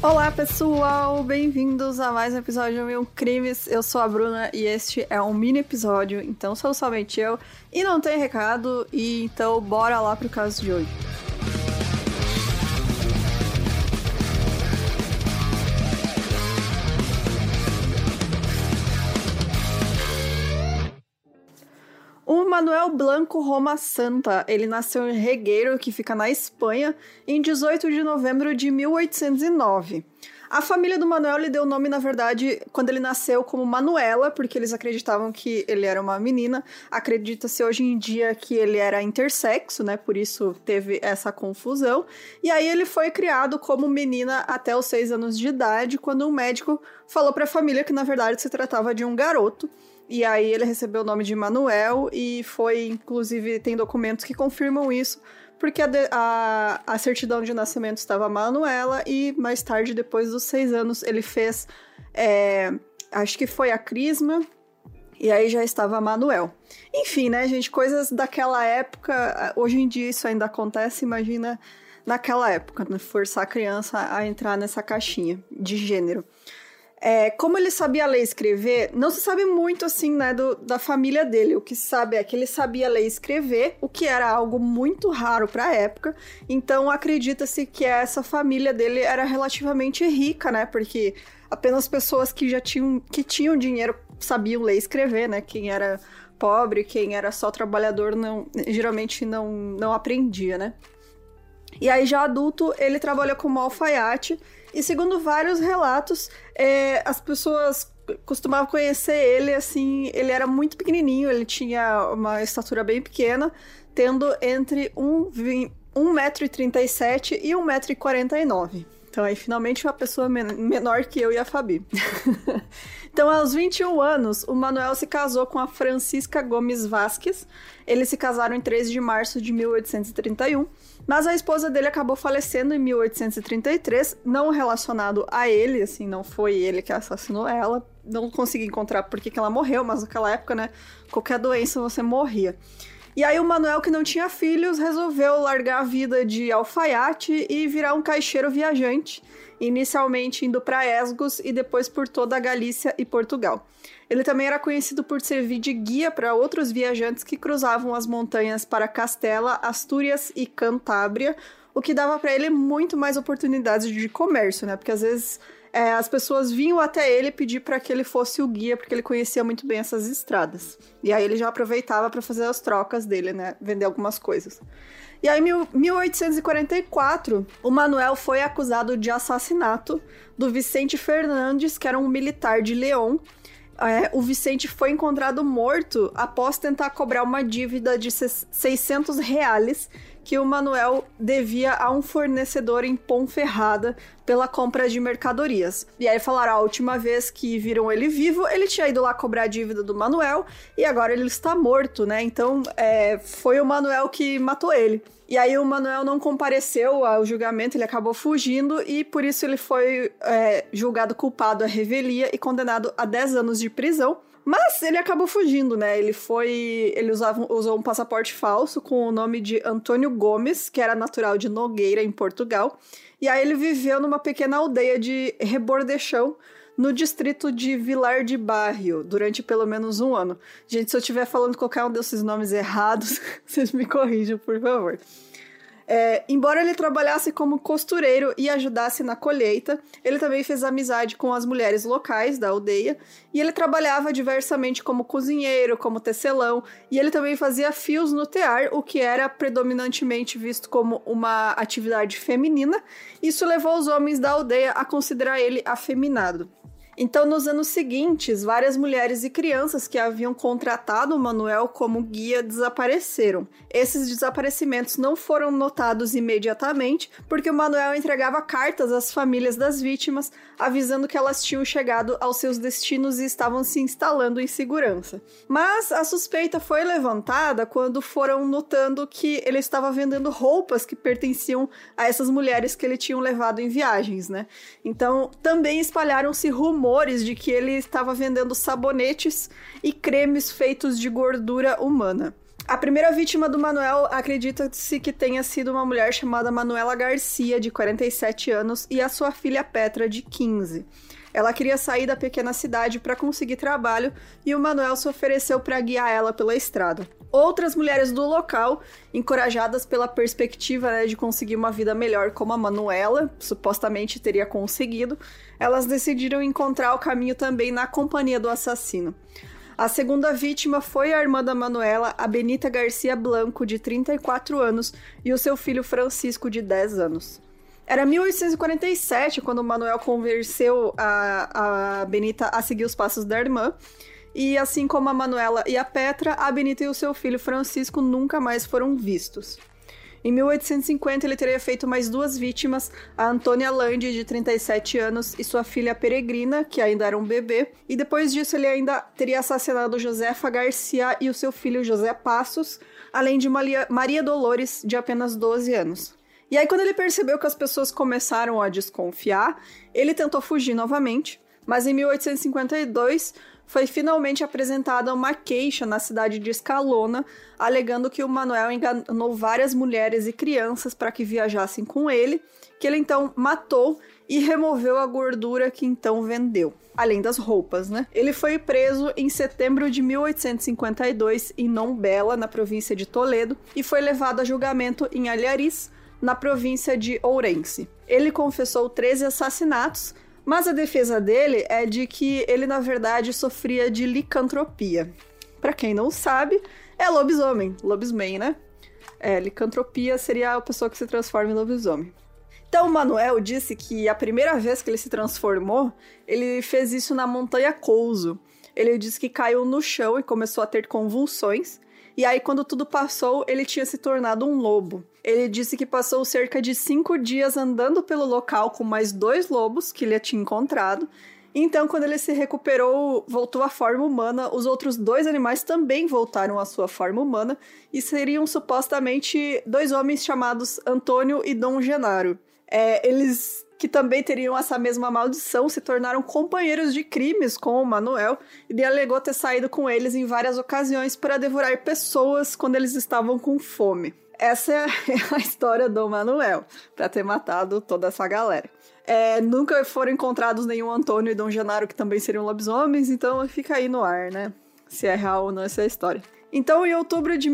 Olá pessoal, bem-vindos a mais um episódio do Mil Crimes. Eu sou a Bruna e este é um mini episódio, então sou somente eu e não tem recado, e então bora lá pro caso de hoje. O Manuel Blanco Roma Santa, ele nasceu em Regueiro, que fica na Espanha, em 18 de novembro de 1809. A família do Manuel lhe deu o nome, na verdade, quando ele nasceu como Manuela, porque eles acreditavam que ele era uma menina. Acredita-se hoje em dia que ele era intersexo, né? Por isso teve essa confusão. E aí ele foi criado como menina até os 6 anos de idade, quando um médico falou para a família que, na verdade, se tratava de um garoto. E aí ele recebeu o nome de Manuel e foi, inclusive, tem documentos que confirmam isso, porque a certidão de nascimento estava Manuela e mais tarde, depois dos 6 anos, ele fez, acho que foi a crisma, e aí já estava Manuel. Enfim, né, gente, coisas daquela época, hoje em dia isso ainda acontece, imagina naquela época, né, forçar a criança a entrar nessa caixinha de gênero. Como ele sabia ler e escrever, não se sabe muito, assim, né, da família dele. O que se sabe é que ele sabia ler e escrever, o que era algo muito raro para a época. Então, acredita-se que essa família dele era relativamente rica, né, porque apenas pessoas que tinham dinheiro sabiam ler e escrever, né, quem era pobre, quem era só trabalhador, geralmente não aprendia, né. E aí, já adulto, ele trabalhou como alfaiate. E segundo vários relatos, as pessoas costumavam conhecer ele, assim, ele era muito pequenininho, ele tinha uma estatura bem pequena, tendo entre 1,37 m e 1,49 m. Então aí, finalmente, uma pessoa menor que eu e a Fabi. Então, aos 21 anos, o Manuel se casou com a Francisca Gomes Vasques. Eles se casaram em 3 de março de 1831. Mas a esposa dele acabou falecendo em 1833, não relacionado a ele, assim, não foi ele que assassinou ela. Não consegui encontrar por que ela morreu, mas naquela época, né, qualquer doença você morria. E aí o Manuel, que não tinha filhos, resolveu largar a vida de alfaiate e virar um caixeiro viajante, inicialmente indo para Esgos e depois por toda a Galícia e Portugal. Ele também era conhecido por servir de guia para outros viajantes que cruzavam as montanhas para Castela, Astúrias e Cantábria, o que dava para ele muito mais oportunidades de comércio, né? Porque às vezes as pessoas vinham até ele pedir para que ele fosse o guia, porque ele conhecia muito bem essas estradas. E aí ele já aproveitava para fazer as trocas dele, né? Vender algumas coisas. E aí, em 1844, o Manuel foi acusado de assassinato do Vicente Fernandes, que era um militar de León. O Vicente foi encontrado morto após tentar cobrar uma dívida de 600 reais que o Manuel devia a um fornecedor em Ponferrada pela compra de mercadorias. E aí falaram, a última vez que viram ele vivo, ele tinha ido lá cobrar a dívida do Manuel e agora ele está morto, né? Então, foi o Manuel que matou ele. E aí o Manuel não compareceu ao julgamento, ele acabou fugindo e por isso ele foi julgado culpado à revelia e condenado a 10 anos de prisão. Mas ele acabou fugindo, né? Ele usou um passaporte falso com o nome de Antônio Gomes, que era natural de Nogueira, em Portugal. E aí ele viveu numa pequena aldeia de Rebordechão, no distrito de Vilar de Barrio, durante pelo menos 1 ano. Gente, se eu estiver falando qualquer um desses nomes errados, vocês me corrijam, por favor. Embora ele trabalhasse como costureiro e ajudasse na colheita, ele também fez amizade com as mulheres locais da aldeia e ele trabalhava diversamente como cozinheiro, como tecelão, e ele também fazia fios no tear, o que era predominantemente visto como uma atividade feminina. Isso levou os homens da aldeia a considerar ele afeminado. Então, nos anos seguintes, várias mulheres e crianças que haviam contratado o Manuel como guia desapareceram. Esses desaparecimentos não foram notados imediatamente, porque o Manuel entregava cartas às famílias das vítimas, avisando que elas tinham chegado aos seus destinos e estavam se instalando em segurança. Mas a suspeita foi levantada quando foram notando que ele estava vendendo roupas que pertenciam a essas mulheres que ele tinha levado em viagens, né? Então, também espalharam-se rumores de que ele estava vendendo sabonetes e cremes feitos de gordura humana. A primeira vítima do Manuel acredita-se que tenha sido uma mulher chamada Manuela Garcia, de 47 anos, e a sua filha Petra, de 15. Ela queria sair da pequena cidade para conseguir trabalho e o Manuel se ofereceu para guiar ela pela estrada. Outras mulheres do local, encorajadas pela perspectiva, né, de conseguir uma vida melhor como a Manuela, supostamente teria conseguido, elas decidiram encontrar o caminho também na companhia do assassino. A segunda vítima foi a irmã da Manuela, a Benita Garcia Blanco, de 34 anos, e o seu filho Francisco, de 10 anos. Era 1847 quando o Manuel convenceu a Benita a seguir os passos da irmã, e assim como a Manuela e a Petra, a Benita e o seu filho Francisco nunca mais foram vistos. Em 1850, ele teria feito mais 2 vítimas, a Antônia Landi, de 37 anos, e sua filha Peregrina, que ainda era um bebê. E depois disso, ele ainda teria assassinado Josefa Garcia e o seu filho José Passos, além de Maria Dolores, de apenas 12 anos. E aí, quando ele percebeu que as pessoas começaram a desconfiar, ele tentou fugir novamente, mas em 1852... foi finalmente apresentada uma queixa na cidade de Escalona, alegando que o Manuel enganou várias mulheres e crianças para que viajassem com ele, que ele então matou e removeu a gordura que então vendeu, além das roupas, né? Ele foi preso em setembro de 1852 em Nombela, na província de Toledo, e foi levado a julgamento em Alhariz, na província de Ourense. Ele confessou 13 assassinatos, mas a defesa dele é de que ele, na verdade, sofria de licantropia. Pra quem não sabe, é lobisomem, né? Licantropia seria a pessoa que se transforma em lobisomem. Então, o Manuel disse que a primeira vez que ele se transformou, ele fez isso na Montanha Couso. Ele disse que caiu no chão e começou a ter convulsões. E aí, quando tudo passou, ele tinha se tornado um lobo. Ele disse que passou cerca de 5 dias andando pelo local com mais 2 lobos que ele tinha encontrado. Então, quando ele se recuperou, voltou à forma humana, os outros 2 animais também voltaram à sua forma humana e seriam supostamente 2 homens chamados Antônio e Dom Genaro. Eles, que também teriam essa mesma maldição, se tornaram companheiros de crimes com o Manuel, e ele alegou ter saído com eles em várias ocasiões para devorar pessoas quando eles estavam com fome. Essa é a história do Manuel, para ter matado toda essa galera. Nunca foram encontrados nenhum Antônio e Dom Genaro, que também seriam lobisomens, então fica aí no ar, né? Se é real ou não essa história. Então, em outubro de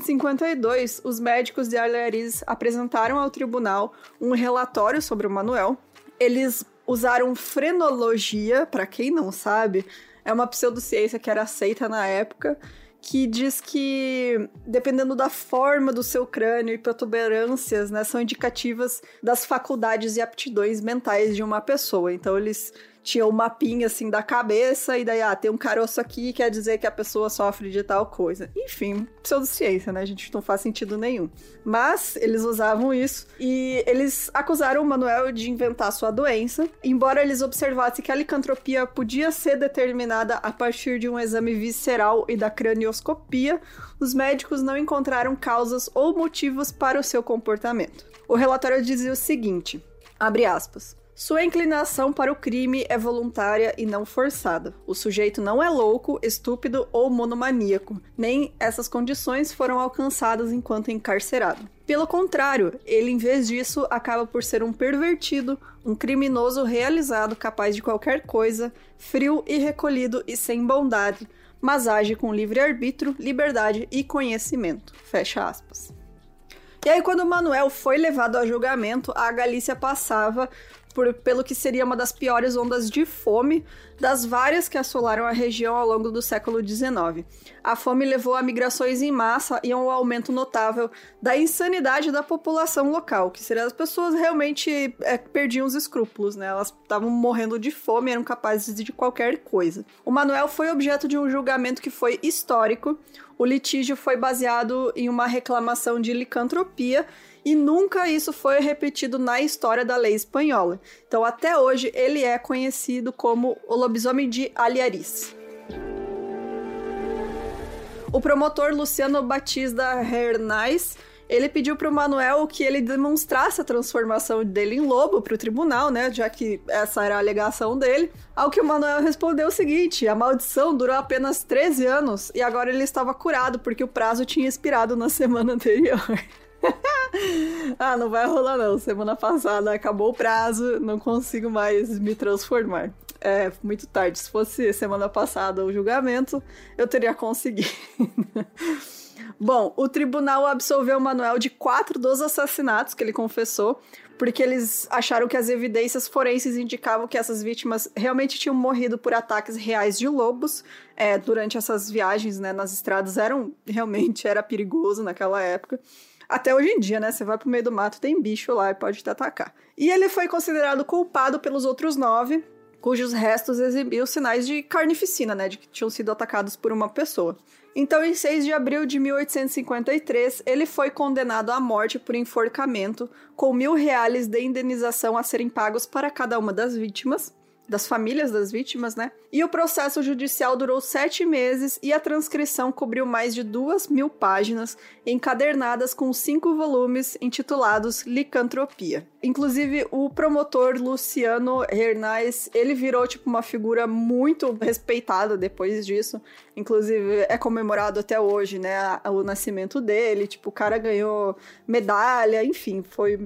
1852, os médicos de Alhariz apresentaram ao tribunal um relatório sobre o Manuel. Eles usaram frenologia, para quem não sabe, é uma pseudociência que era aceita na época, que diz que, dependendo da forma do seu crânio e protuberâncias, né, são indicativas das faculdades e aptidões mentais de uma pessoa. Então, eles tinham um mapinha, assim, da cabeça, e daí, tem um caroço aqui, quer dizer que a pessoa sofre de tal coisa. Enfim, pseudociência, né, gente? Não faz sentido nenhum. Mas, eles usavam isso, e eles acusaram o Manuel de inventar sua doença, embora eles observassem que a licantropia podia ser determinada a partir de um exame visceral e da cranioscopia, os médicos não encontraram causas ou motivos para o seu comportamento. O relatório dizia o seguinte, abre aspas, sua inclinação para o crime é voluntária e não forçada. O sujeito não é louco, estúpido ou monomaníaco. Nem essas condições foram alcançadas enquanto encarcerado. Pelo contrário, ele, em vez disso, acaba por ser um pervertido, um criminoso realizado capaz de qualquer coisa, frio e recolhido e sem bondade, mas age com livre-arbítrio, liberdade e conhecimento. Fecha aspas. E aí, quando o Manuel foi levado a julgamento, a Galícia passava pelo que seria uma das piores ondas de fome das várias que assolaram a região ao longo do século XIX. A fome levou a migrações em massa e a um aumento notável da insanidade da população local, que seria as pessoas realmente perdiam os escrúpulos, né? Elas estavam morrendo de fome, eram capazes de qualquer coisa. O Manuel foi objeto de um julgamento que foi histórico. O litígio foi baseado em uma reclamação de licantropia e nunca isso foi repetido na história da lei espanhola. Então, até hoje, ele é conhecido como o lobisomem de Alhariz. O promotor Luciano Batista Hernais ele pediu pro Manuel que ele demonstrasse a transformação dele em lobo pro tribunal, né, já que essa era a alegação dele. Ao que o Manuel respondeu o seguinte: a maldição durou apenas 13 anos e agora ele estava curado porque o prazo tinha expirado na semana anterior. Ah, não vai rolar não, semana passada acabou o prazo, não consigo mais me transformar. É, muito tarde, se fosse semana passada o julgamento, eu teria conseguido. Bom, o tribunal absolveu o Manuel de 4 dos assassinatos que ele confessou, porque eles acharam que as evidências forenses indicavam que essas vítimas realmente tinham morrido por ataques reais de lobos durante essas viagens, né, nas estradas. Realmente era perigoso naquela época. Até hoje em dia, né? Você vai pro meio do mato, tem bicho lá e pode te atacar. E ele foi considerado culpado pelos outros 9, cujos restos exibiam sinais de carnificina, né? De que tinham sido atacados por uma pessoa. Então, em 6 de abril de 1853, ele foi condenado à morte por enforcamento, com R$1.000 de indenização a serem pagos para cada uma das vítimas, das famílias das vítimas, né? E o processo judicial durou 7 meses e a transcrição cobriu mais de 2.000 páginas, encadernadas com 5 volumes intitulados Licantropia. Inclusive, o promotor Luciano Hernais, ele virou, tipo, uma figura muito respeitada depois disso. Inclusive, é comemorado até hoje, né? O nascimento dele, tipo, o cara ganhou medalha, enfim, foi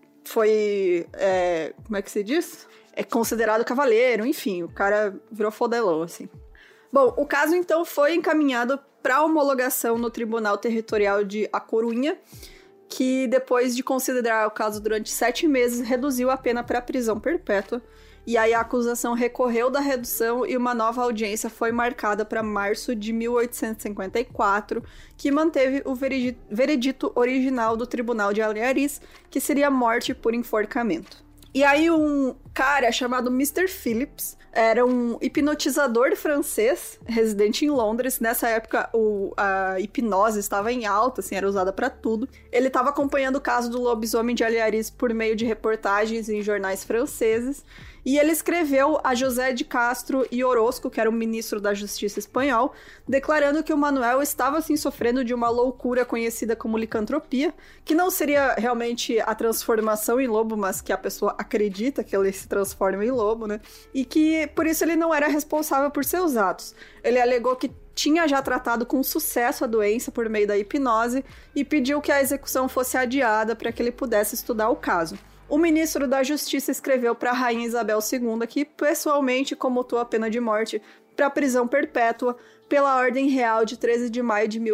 como é que se diz? É considerado cavaleiro, enfim, o cara virou fodelão, assim. Bom, o caso, então, foi encaminhado para homologação no Tribunal Territorial de A Corunha, que, depois de considerar o caso durante 7 meses, reduziu a pena para prisão perpétua. E aí a acusação recorreu da redução e uma nova audiência foi marcada para março de 1854, que manteve o veredito original do Tribunal de Alhariz, que seria morte por enforcamento. E aí um cara chamado Mr. Phillips era um hipnotizador francês, residente em Londres. Nessa época a hipnose estava em alta, assim, era usada para tudo. Ele estava acompanhando o caso do lobisomem de Alhariz por meio de reportagens em jornais franceses. E ele escreveu a José de Castro e Orozco, que era o ministro da Justiça espanhol, declarando que o Manuel estava, assim, sofrendo de uma loucura conhecida como licantropia, que não seria realmente a transformação em lobo, mas que a pessoa acredita que ele se transforma em lobo, né? E que, por isso, ele não era responsável por seus atos. Ele alegou que tinha já tratado com sucesso a doença por meio da hipnose e pediu que a execução fosse adiada para que ele pudesse estudar o caso. O ministro da Justiça escreveu para a Rainha Isabel II que pessoalmente comutou a pena de morte para prisão perpétua pela Ordem Real de 13 de maio de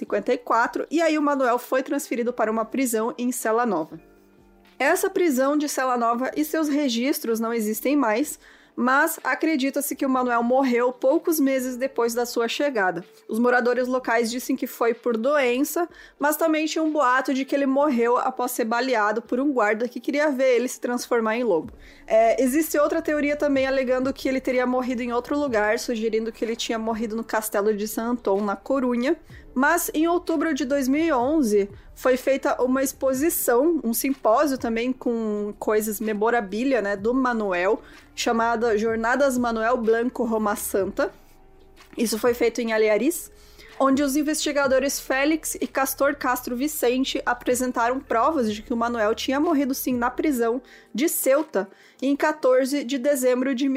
1854, e aí o Manuel foi transferido para uma prisão em Cela Nova. Essa prisão de Cela Nova e seus registros não existem mais, mas acredita-se que o Manuel morreu poucos meses depois da sua chegada. Os moradores locais dizem que foi por doença, mas também tinha um boato de que ele morreu após ser baleado por um guarda que queria ver ele se transformar em lobo. Existe outra teoria também alegando que ele teria morrido em outro lugar, sugerindo que ele tinha morrido no castelo de San Antón, na Corunha. Mas em outubro de 2011 foi feita uma exposição, um simpósio também com coisas, memorabilia, né, do Manuel, chamada Jornadas Manuel Blanco Roma Santa. Isso foi feito em Alhariz, onde os investigadores Félix e Castor Castro Vicente apresentaram provas de que o Manuel tinha morrido sim na prisão de Ceuta em 14 de dezembro de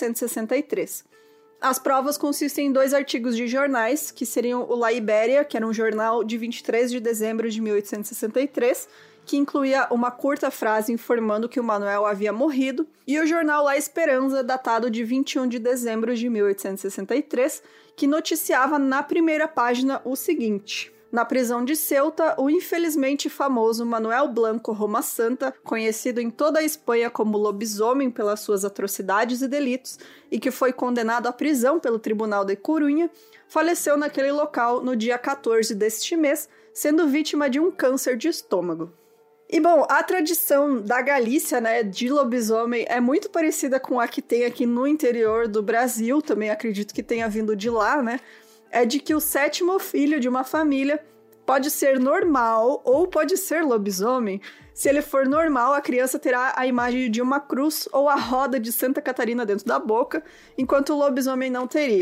1863. As provas consistem em 2 artigos de jornais, que seriam o La Ibéria, que era um jornal de 23 de dezembro de 1863, que incluía uma curta frase informando que o Manuel havia morrido, e o jornal La Esperanza, datado de 21 de dezembro de 1863, que noticiava na primeira página o seguinte: na prisão de Ceuta, o infelizmente famoso Manuel Blanco Roma Santa, conhecido em toda a Espanha como lobisomem pelas suas atrocidades e delitos, e que foi condenado à prisão pelo Tribunal de Corunha, faleceu naquele local no dia 14 deste mês, sendo vítima de um câncer de estômago. E bom, a tradição da Galícia, né, de lobisomem é muito parecida com a que tem aqui no interior do Brasil, também acredito que tenha vindo de lá, né? É de que o 7º filho de uma família pode ser normal ou pode ser lobisomem. Se ele for normal, a criança terá a imagem de uma cruz ou a roda de Santa Catarina dentro da boca, enquanto o lobisomem não teria.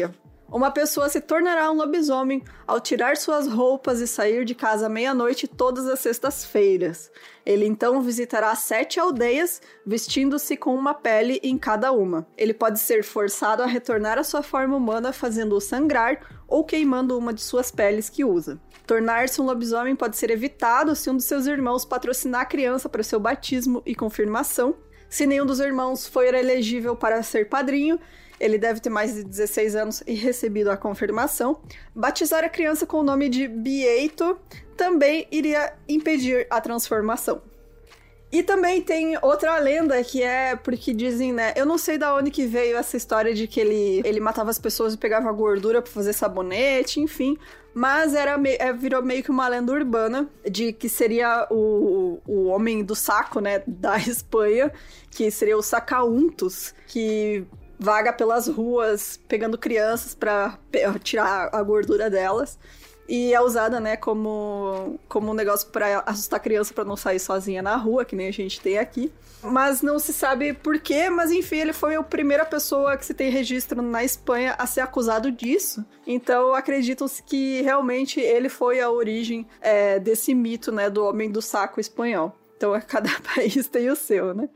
Uma pessoa se tornará um lobisomem ao tirar suas roupas e sair de casa à meia-noite todas as sextas-feiras. Ele então visitará 7 aldeias, vestindo-se com uma pele em cada uma. Ele pode ser forçado a retornar à sua forma humana fazendo-o sangrar ou queimando uma de suas peles que usa. Tornar-se um lobisomem pode ser evitado se um dos seus irmãos patrocinar a criança para seu batismo e confirmação. Se nenhum dos irmãos for elegível para ser padrinho, ele deve ter mais de 16 anos e recebido a confirmação. Batizar a criança com o nome de Bieito também iria impedir a transformação. E também tem outra lenda que é porque dizem, né? Eu não sei da onde que veio essa história de que ele matava as pessoas e pegava gordura pra fazer sabonete, enfim. Mas virou meio que uma lenda urbana de que seria o homem do saco, né? Da Espanha, que seria o Sacauntus, que vaga pelas ruas pegando crianças pra tirar a gordura delas. E é usada, né, como um negócio pra assustar a criança pra não sair sozinha na rua, que nem a gente tem aqui. Mas não se sabe por quê, mas enfim, ele foi a primeira pessoa que se tem registro na Espanha a ser acusado disso. Então acreditam-se que realmente ele foi a origem desse mito, né, do homem do saco espanhol. Então cada país tem o seu, né?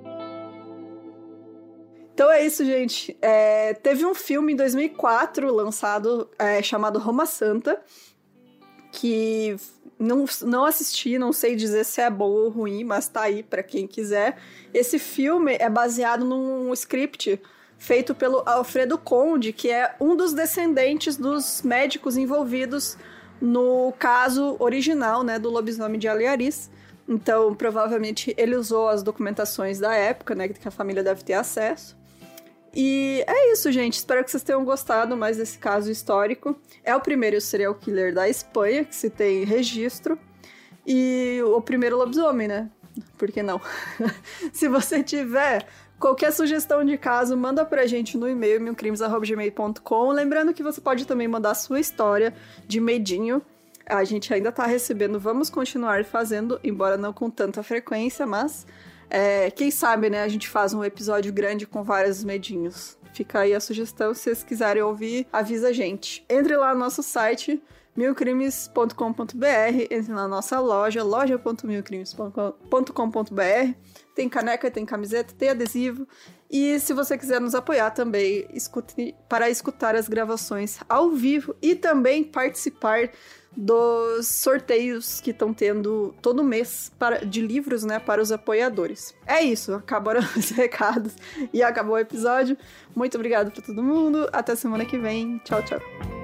Então é isso, gente. Teve um filme em 2004 lançado chamado Roma Santa, que não assisti, não sei dizer se é bom ou ruim, mas tá aí pra quem quiser. Esse filme é baseado num script feito pelo Alfredo Conde, que é um dos descendentes dos médicos envolvidos no caso original, né, do lobisomem de Aliaris. Então, provavelmente, ele usou as documentações da época, né, que a família deve ter acesso. E é isso, gente. Espero que vocês tenham gostado mais desse caso histórico. É o primeiro serial killer da Espanha, que se tem registro. E o primeiro lobisomem, né? Por que não? Se você tiver qualquer sugestão de caso, manda pra gente no e-mail, milcrimes@gmail.com. Lembrando que você pode também mandar a sua história de medinho. A gente ainda tá recebendo, vamos continuar fazendo, embora não com tanta frequência, mas... quem sabe, né, a gente faz um episódio grande com vários medinhos. Fica aí a sugestão, se vocês quiserem ouvir, avisa a gente. Entre lá no nosso site, milcrimes.com.br, entre na nossa loja.milcrimes.com.br. Tem caneca, tem camiseta, tem adesivo. E se você quiser nos apoiar também, para escutar as gravações ao vivo e também participar dos sorteios que estão tendo todo mês de livros, né, para os apoiadores. É isso, acabaram os recados e acabou o episódio. Muito obrigada para todo mundo, até semana que vem. Tchau, tchau.